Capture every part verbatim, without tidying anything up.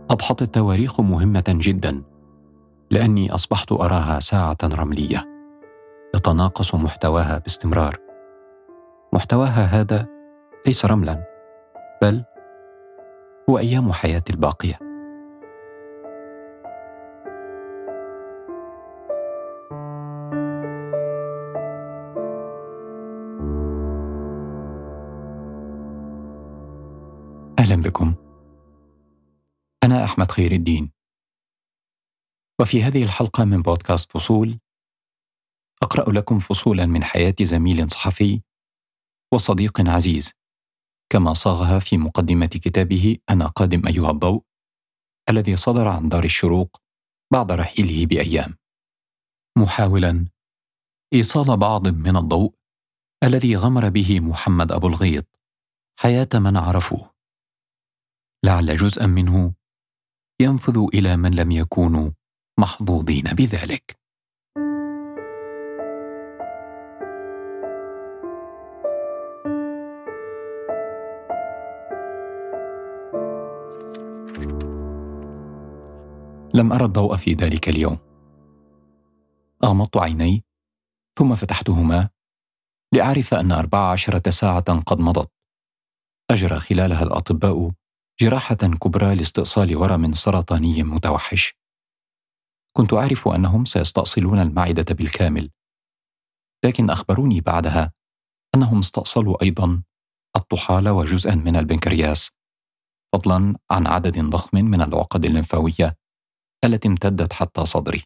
أضحت التواريخ مهمة جدا، لأني أصبحت أراها ساعة رملية يتناقص محتواها باستمرار. محتواها هذا ليس رملا، بل هو أيام حياتي الباقية. أهلا بكم، أنا أحمد خير الدين، وفي هذه الحلقة من بودكاست فصول أقرأ لكم فصولا من حياة زميل صحفي وصديق عزيز، كما صاغها في مقدمة كتابه أنا قادم أيها الضوء، الذي صدر عن دار الشروق بعد رحيله بأيام، محاولا إيصال بعض من الضوء الذي غمر به محمد أبو الغيط حياة من عرفوه، لعل جزءا منه ينفذ إلى من لم يكونوا محظوظين بذلك. لم أرى الضوء في ذلك اليوم. أغمضت عيني ثم فتحتهما لأعرف أن أربع عشرة ساعة قد مضت، أجرى خلالها الأطباء جراحة كبرى لاستئصال ورم سرطاني متوحش. كنت أعرف أنهم سيستأصلون المعدة بالكامل، لكن أخبروني بعدها أنهم استأصلوا أيضا الطحال وجزءا من البنكرياس، فضلا عن عدد ضخم من العقد الليمفاوية التي امتدت حتى صدري.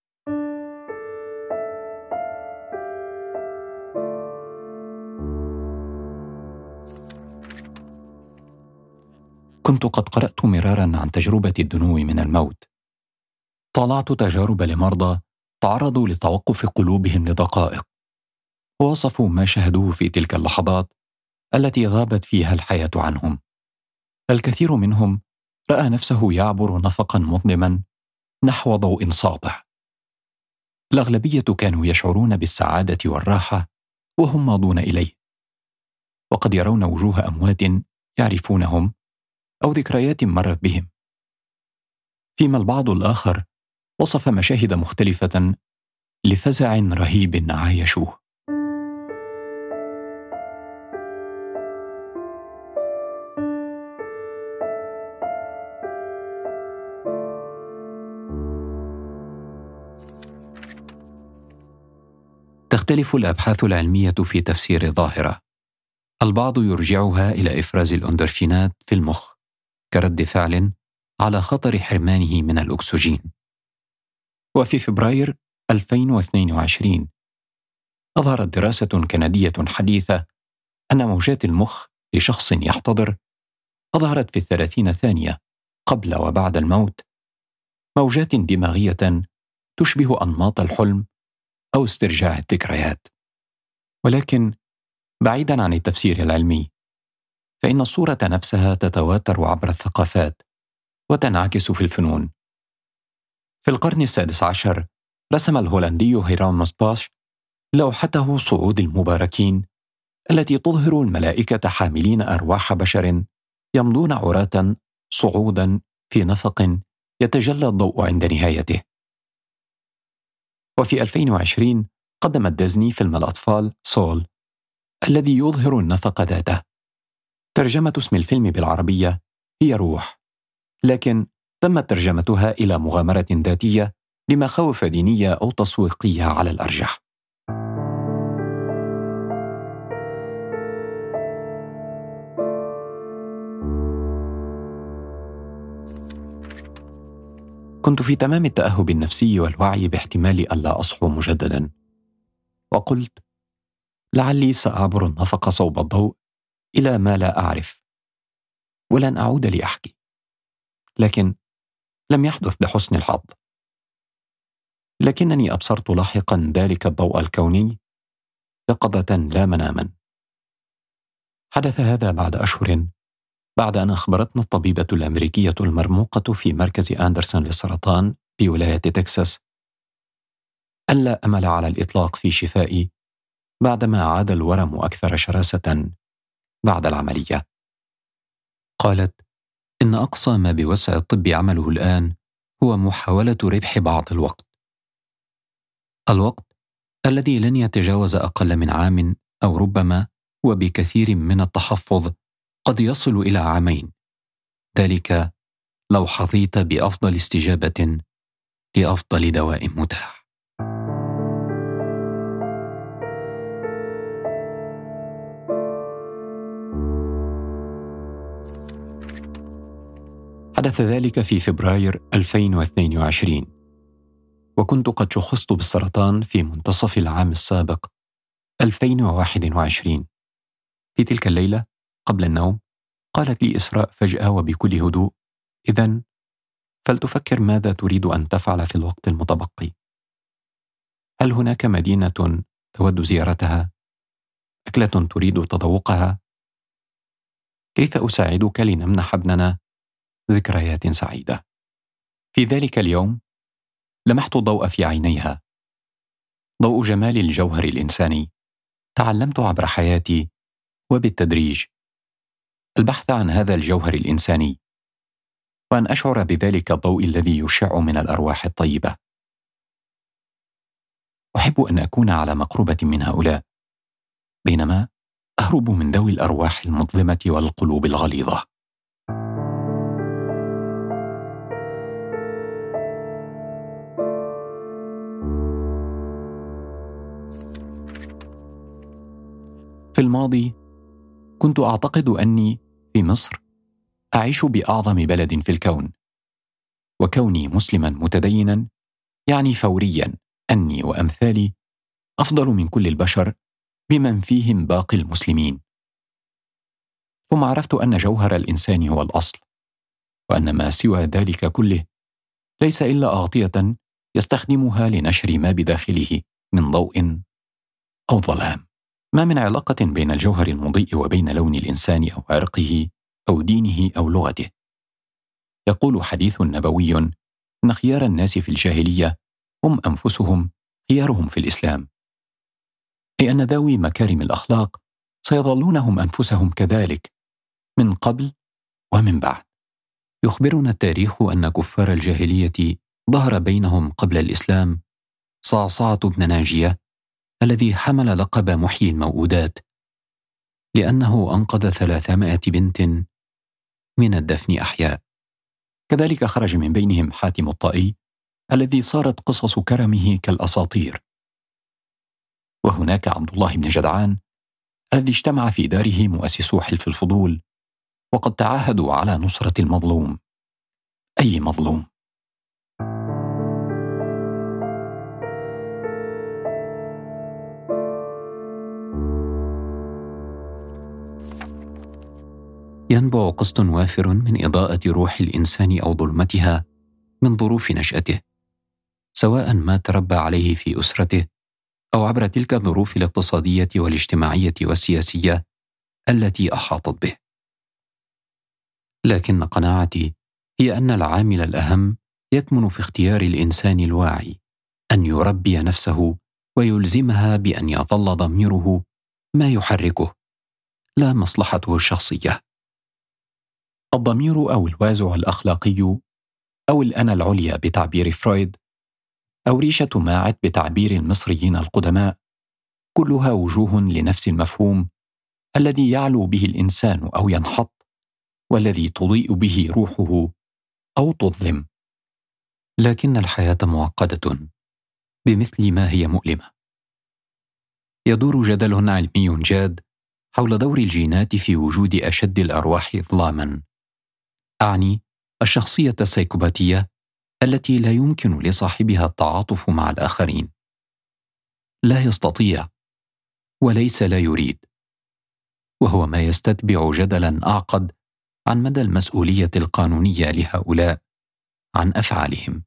كنت قد قرأت مرارا عن تجربة الدنو من الموت. طالعت تجارب لمرضى تعرضوا لتوقف قلوبهم لدقائق، ووصفوا ما شاهدوه في تلك اللحظات التي غابت فيها الحياة عنهم. الكثير منهم رأى نفسه يعبر نفقا مظلما نحو ضوء ساطع. الأغلبية كانوا يشعرون بالسعادة والراحة وهم ماضون إليه، وقد يرون وجوه أموات يعرفونهم أو ذكريات مرت بهم، فيما البعض الآخر وصف مشاهد مختلفة لفزع رهيب عايشوه. تختلف الأبحاث العلمية في تفسير الظاهرة. البعض يرجعها إلى إفراز الأندورفينات في المخ كرد فعل على خطر حرمانه من الأكسجين. وفي فبراير ألفين واثنين وعشرين أظهرت دراسة كندية حديثة أن موجات المخ لشخص يحتضر أظهرت في الثلاثين ثانية قبل وبعد الموت موجات دماغية تشبه أنماط الحلم أو استرجاع الذكريات. ولكن بعيداً عن التفسير العلمي، فإن الصورة نفسها تتواتر عبر الثقافات وتنعكس في الفنون. في القرن السادس عشر رسم الهولندي هيرانوس باش لوحته صعود المباركين التي تظهر الملائكة حاملين أرواح بشر يمضون عراة صعودا في نفق يتجلى الضوء عند نهايته. وفي ألفين وعشرين قدمت ديزني فيلم الأطفال سول الذي يظهر النفق ذاته. ترجمة اسم الفيلم بالعربية هي روح، لكن تمت ترجمتها إلى مغامرة ذاتية لمخاوف دينية أو تسويقية على الأرجح. كنت في تمام التأهب النفسي والوعي باحتمال ألا أصحو مجددا، وقلت لعلي سأعبر النفق صوب الضوء إلى ما لا أعرف، ولن أعود لأحكي. لكن لم يحدث لحسن الحظ، لكنني أبصرت لاحقا ذلك الضوء الكوني يقظة لا مناما. حدث هذا بعد أشهر، بعد أن أخبرتنا الطبيبة الأمريكية المرموقة في مركز أندرسون للسرطان في ولاية تكساس أن لا أمل على الإطلاق في شفائي بعدما عاد الورم أكثر شراسة بعد العملية. قالت: إن أقصى ما بوسع الطب عمله الآن هو محاولة ربح بعض الوقت، الوقت الذي لن يتجاوز أقل من عام، أو ربما وبكثير من التحفظ قد يصل إلى عامين، ذلك لو حظيت بأفضل استجابة لأفضل دواء متاح. حدث ذلك في فبراير ألفين واثنين وعشرين، وكنت قد شخصت بالسرطان في منتصف العام السابق ألفين وواحد وعشرين. في تلك الليلة قبل النوم قالت لي إسراء فجأة وبكل هدوء: إذن فلتفكر ماذا تريد أن تفعل في الوقت المتبقي. هل هناك مدينة تود زيارتها؟ أكلة تريد تذوقها؟ كيف أساعدك لنمنح ابننا ذكريات سعيدة؟ في ذلك اليوم لمحت الضوء في عينيها، ضوء جمال الجوهر الإنساني. تعلمت عبر حياتي وبالتدريج البحث عن هذا الجوهر الإنساني، وأن أشعر بذلك الضوء الذي يشع من الأرواح الطيبة. أحب أن أكون على مقربة من هؤلاء، بينما أهرب من ذوي الأرواح المظلمة والقلوب الغليظة. في الماضي كنت أعتقد أني في مصر أعيش بأعظم بلد في الكون، وكوني مسلما متدينا يعني فوريا أني وأمثالي أفضل من كل البشر بمن فيهم باقي المسلمين. ثم عرفت أن جوهر الإنسان هو الأصل، وأن ما سوى ذلك كله ليس إلا أغطية يستخدمها لنشر ما بداخله من ضوء أو ظلام. ما من علاقة بين الجوهر المضيء وبين لون الإنسان أو عرقه أو دينه أو لغته. يقول حديث نبوي أن خيار الناس في الجاهلية هم أنفسهم خيارهم في الإسلام، أي أن ذوي مكارم الأخلاق سيظلون هم أنفسهم كذلك من قبل ومن بعد. يخبرنا التاريخ أن كفار الجاهلية ظهر بينهم قبل الإسلام صعصعة بن ناجية الذي حمل لقب محيي الموؤودات، لأنه أنقذ ثلاثمائة بنت من الدفن أحياء. كذلك خرج من بينهم حاتم الطائي الذي صارت قصص كرمه كالأساطير. وهناك عبد الله بن جدعان الذي اجتمع في داره مؤسسو حلف الفضول، وقد تعاهدوا على نصرة المظلوم، أي مظلوم. ينبع قسط وافر من إضاءة روح الإنسان أو ظلمتها من ظروف نشأته، سواء ما تربى عليه في أسرته أو عبر تلك الظروف الاقتصادية والاجتماعية والسياسية التي أحاطت به. لكن قناعتي هي أن العامل الأهم يكمن في اختيار الإنسان الواعي أن يربي نفسه ويلزمها بأن يظل ضميره ما يحركه، لا مصلحته الشخصية. الضمير أو الوازع الأخلاقي أو الأنا العليا بتعبير فرويد، أو ريشة ماعت بتعبير المصريين القدماء، كلها وجوه لنفس المفهوم الذي يعلو به الإنسان أو ينحط، والذي تضيء به روحه أو تظلم. لكن الحياة معقدة بمثل ما هي مؤلمة. يدور جدل علمي جاد حول دور الجينات في وجود أشد الأرواح إظلاما، أعني الشخصية السيكوباتية التي لا يمكن لصاحبها التعاطف مع الآخرين. لا يستطيع وليس لا يريد، وهو ما يستتبع جدلا أعقد عن مدى المسؤولية القانونية لهؤلاء عن أفعالهم.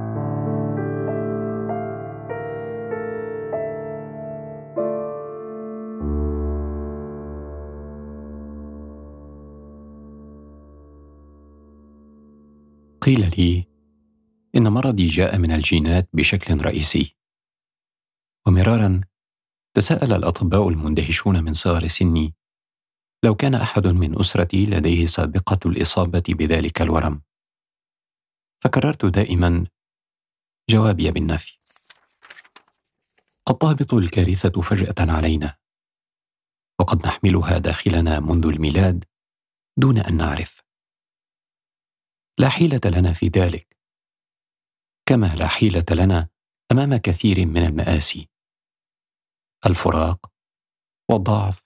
قيل لي إن مرضي جاء من الجينات بشكل رئيسي، ومرارا تساءل الأطباء المندهشون من صغر سني لو كان أحد من أسرتي لديه سابقة الإصابة بذلك الورم. فكررت دائما جوابي بالنفي. قد تهبط الكارثة فجأة علينا، وقد نحملها داخلنا منذ الميلاد دون أن نعرف. لا حيلة لنا في ذلك، كما لا حيلة لنا أمام كثير من المآسي: الفراق والضعف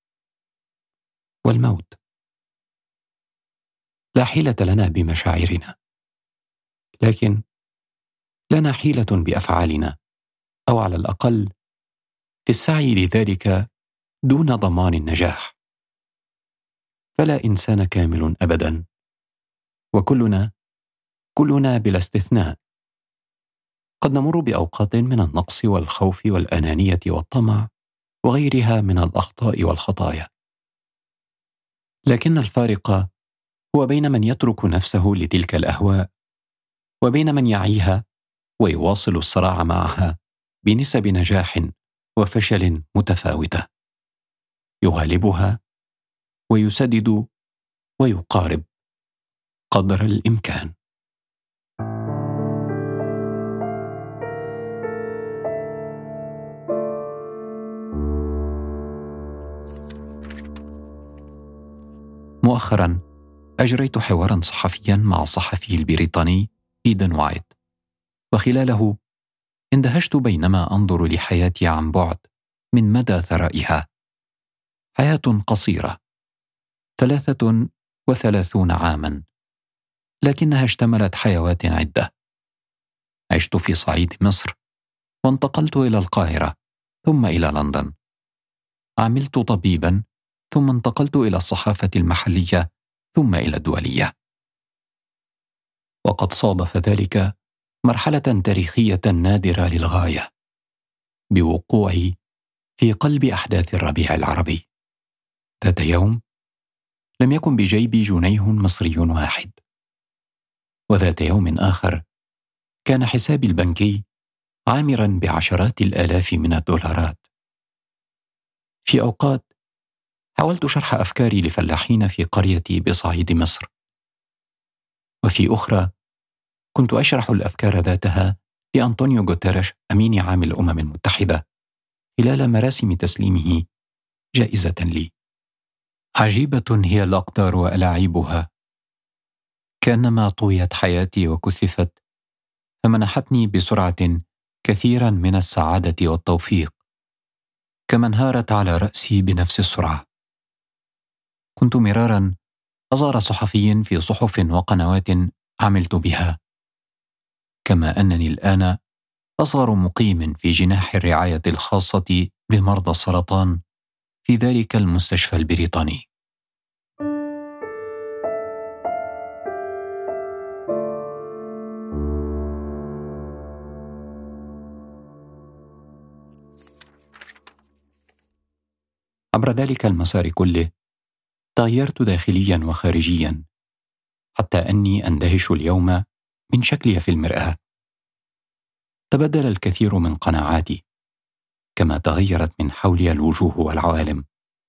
والموت. لا حيلة لنا بمشاعرنا، لكن لنا حيلة بأفعالنا، أو على الأقل في السعي لذلك دون ضمان النجاح. فلا إنسان كامل أبدا، وكلنا كلنا بلا استثناء قد نمر بأوقات من النقص والخوف والأنانية والطمع وغيرها من الأخطاء والخطايا. لكن الفارق هو بين من يترك نفسه لتلك الأهواء، وبين من يعيها ويواصل الصراع معها بنسب نجاح وفشل متفاوتة، يغالبها ويسدد ويقارب قدر الإمكان. مؤخرا أجريت حوارا صحفيا مع الصحفي البريطاني إيدن وايت، وخلاله اندهشت بينما أنظر لحياتي عن بعد من مدى ثرائها. حياة قصيرة، ثلاثة وثلاثون عاما، لكنها اشتملت حيوات عدة. عشت في صعيد مصر، وانتقلت إلى القاهرة ثم إلى لندن. عملت طبيبا، ثم انتقلت إلى الصحافة المحلية ثم إلى الدولية. وقد صادف ذلك مرحلة تاريخية نادرة للغاية، بوقوعي في قلب أحداث الربيع العربي. ذات يوم لم يكن بجيبي جنيه مصري واحد، وذات يوم آخر كان حسابي البنكي عامرا بعشرات الآلاف من الدولارات. في أوقات حاولت شرح أفكاري لفلاحين في قريتي بصعيد مصر، وفي أخرى كنت أشرح الأفكار ذاتها لأنطونيو غوتيريش أمين عام الأمم المتحدة خلال مراسم تسليمه جائزة لي. عجيبة هي الأقدار وألاعيبها، كأنما طويت حياتي وكثفت، فمنحتني بسرعة كثيرا من السعادة والتوفيق، كما انهارت على رأسي بنفس السرعة. كنت مرارا أزار صحفي في صحف وقنوات عملت بها، كما أنني الآن أصغر مقيم في جناح الرعاية الخاصة بمرضى السرطان في ذلك المستشفى البريطاني. عبر ذلك المسار كله تغيرت داخليا وخارجيا، حتى أني أندهش اليوم من شكلي في المرآة. تبدل الكثير من قناعاتي، كما تغيرت من حولي الوجوه والعوالم.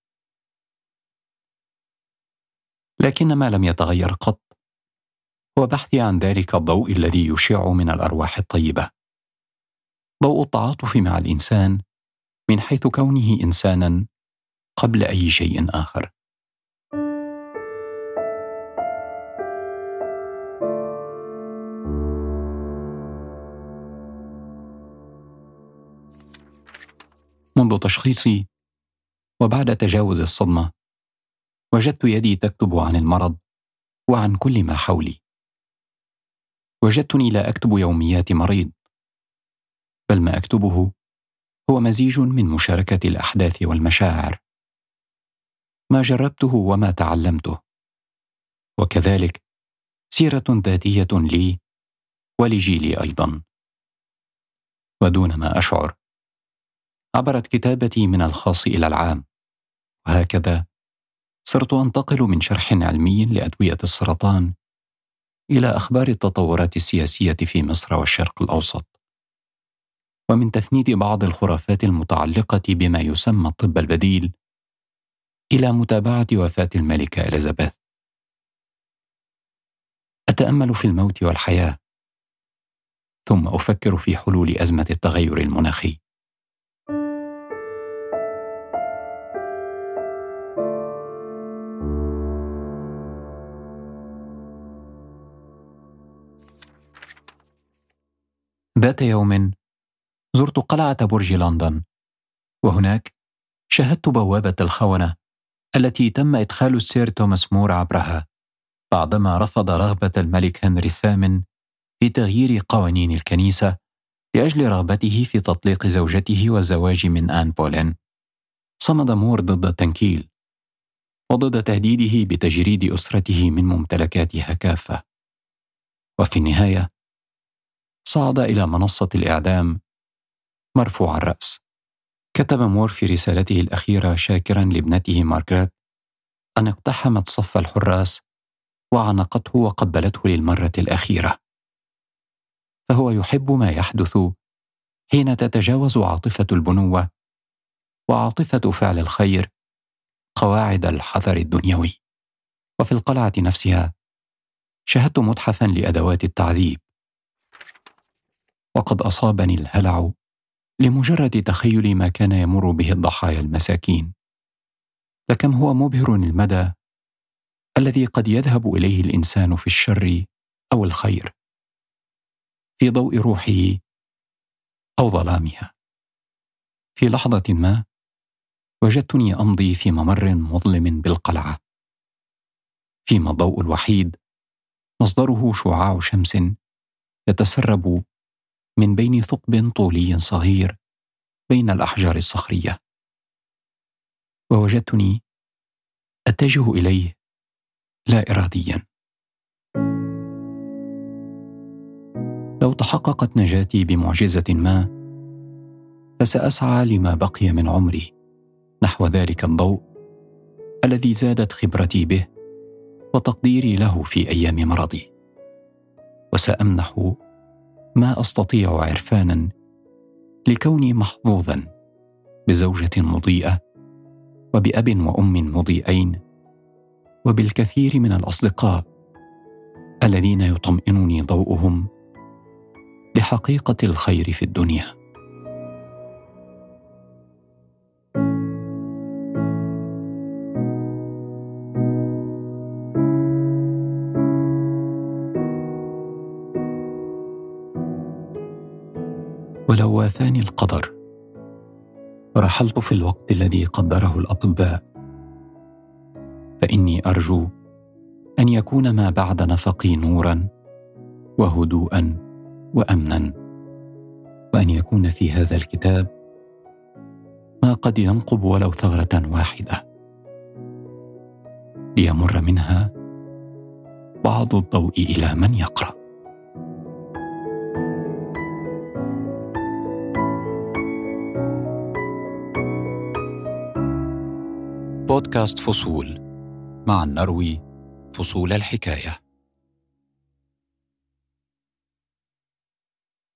لكن ما لم يتغير قط هو بحثي عن ذلك الضوء الذي يشع من الأرواح الطيبة، ضوء التعاطف مع الإنسان من حيث كونه إنسانا قبل أي شيء آخر. منذ تشخيصي وبعد تجاوز الصدمة، وجدت يدي تكتب عن المرض وعن كل ما حولي. وجدتني لا أكتب يوميات مريض، بل ما أكتبه هو مزيج من مشاركة الأحداث والمشاعر، ما جربته وما تعلمته، وكذلك سيرة ذاتية لي ولجيلي أيضا. ودون ما أشعر عبرت كتابتي من الخاص إلى العام، وهكذا صرت أنتقل من شرح علمي لأدوية السرطان إلى أخبار التطورات السياسية في مصر والشرق الأوسط، ومن تفنيد بعض الخرافات المتعلقة بما يسمى الطب البديل إلى متابعة وفاة الملكة إليزابيث. أتأمل في الموت والحياة، ثم أفكر في حلول أزمة التغير المناخي. ذات يوم زرت قلعة برج لندن، وهناك شاهدت بوابة الخونة التي تم إدخال السير توماس مور عبرها بعدما رفض رغبة الملك هنري الثامن في تغيير قوانين الكنيسة لأجل رغبته في تطليق زوجته والزواج من آن بولين. صمد مور ضد التنكيل وضد تهديده بتجريد أسرته من ممتلكاتها كافة، وفي النهاية صعد إلى منصة الإعدام مرفوع الرأس. كتب مور في رسالته الأخيرة شاكرا لابنته مارغريت أن اقتحمت صف الحراس وعانقته وقبلته للمرة الأخيرة، فهو يحب ما يحدث حين تتجاوز عاطفة البنوة وعاطفة فعل الخير قواعد الحذر الدنيوي. وفي القلعة نفسها شاهدت متحفا لأدوات التعذيب، وقد أصابني الهلع لمجرد تخيل ما كان يمر به الضحايا المساكين. لكم هو مبهر المدى الذي قد يذهب إليه الإنسان في الشر أو الخير، في ضوء روحه أو ظلامها. في لحظة ما وجدتني أمضي في ممر مظلم بالقلعة، فيما الضوء الوحيد مصدره شعاع شمس يتسرب من بين ثقب طولي صغير بين الأحجار الصخرية، ووجدتني أتجه إليه لا إراديا. لو تحققت نجاتي بمعجزة ما فسأسعى لما بقي من عمري نحو ذلك الضوء الذي زادت خبرتي به وتقديري له في أيام مرضي، وسأمنح ما أستطيع عرفانا لكوني محظوظا بزوجة مضيئة وبأب وأم مضيئين وبالكثير من الأصدقاء الذين يطمئنني ضوءهم لحقيقة الخير في الدنيا. ولو واثاني القدر ورحلت في الوقت الذي قدره الأطباء، فإني أرجو أن يكون ما بعد نفقي نورا وهدوءا وأمنا، وأن يكون في هذا الكتاب ما قد ينقب ولو ثغرة واحدة ليمر منها بعض الضوء إلى من يقرأ. بودكاست فصول، مع النروي فصول الحكاية.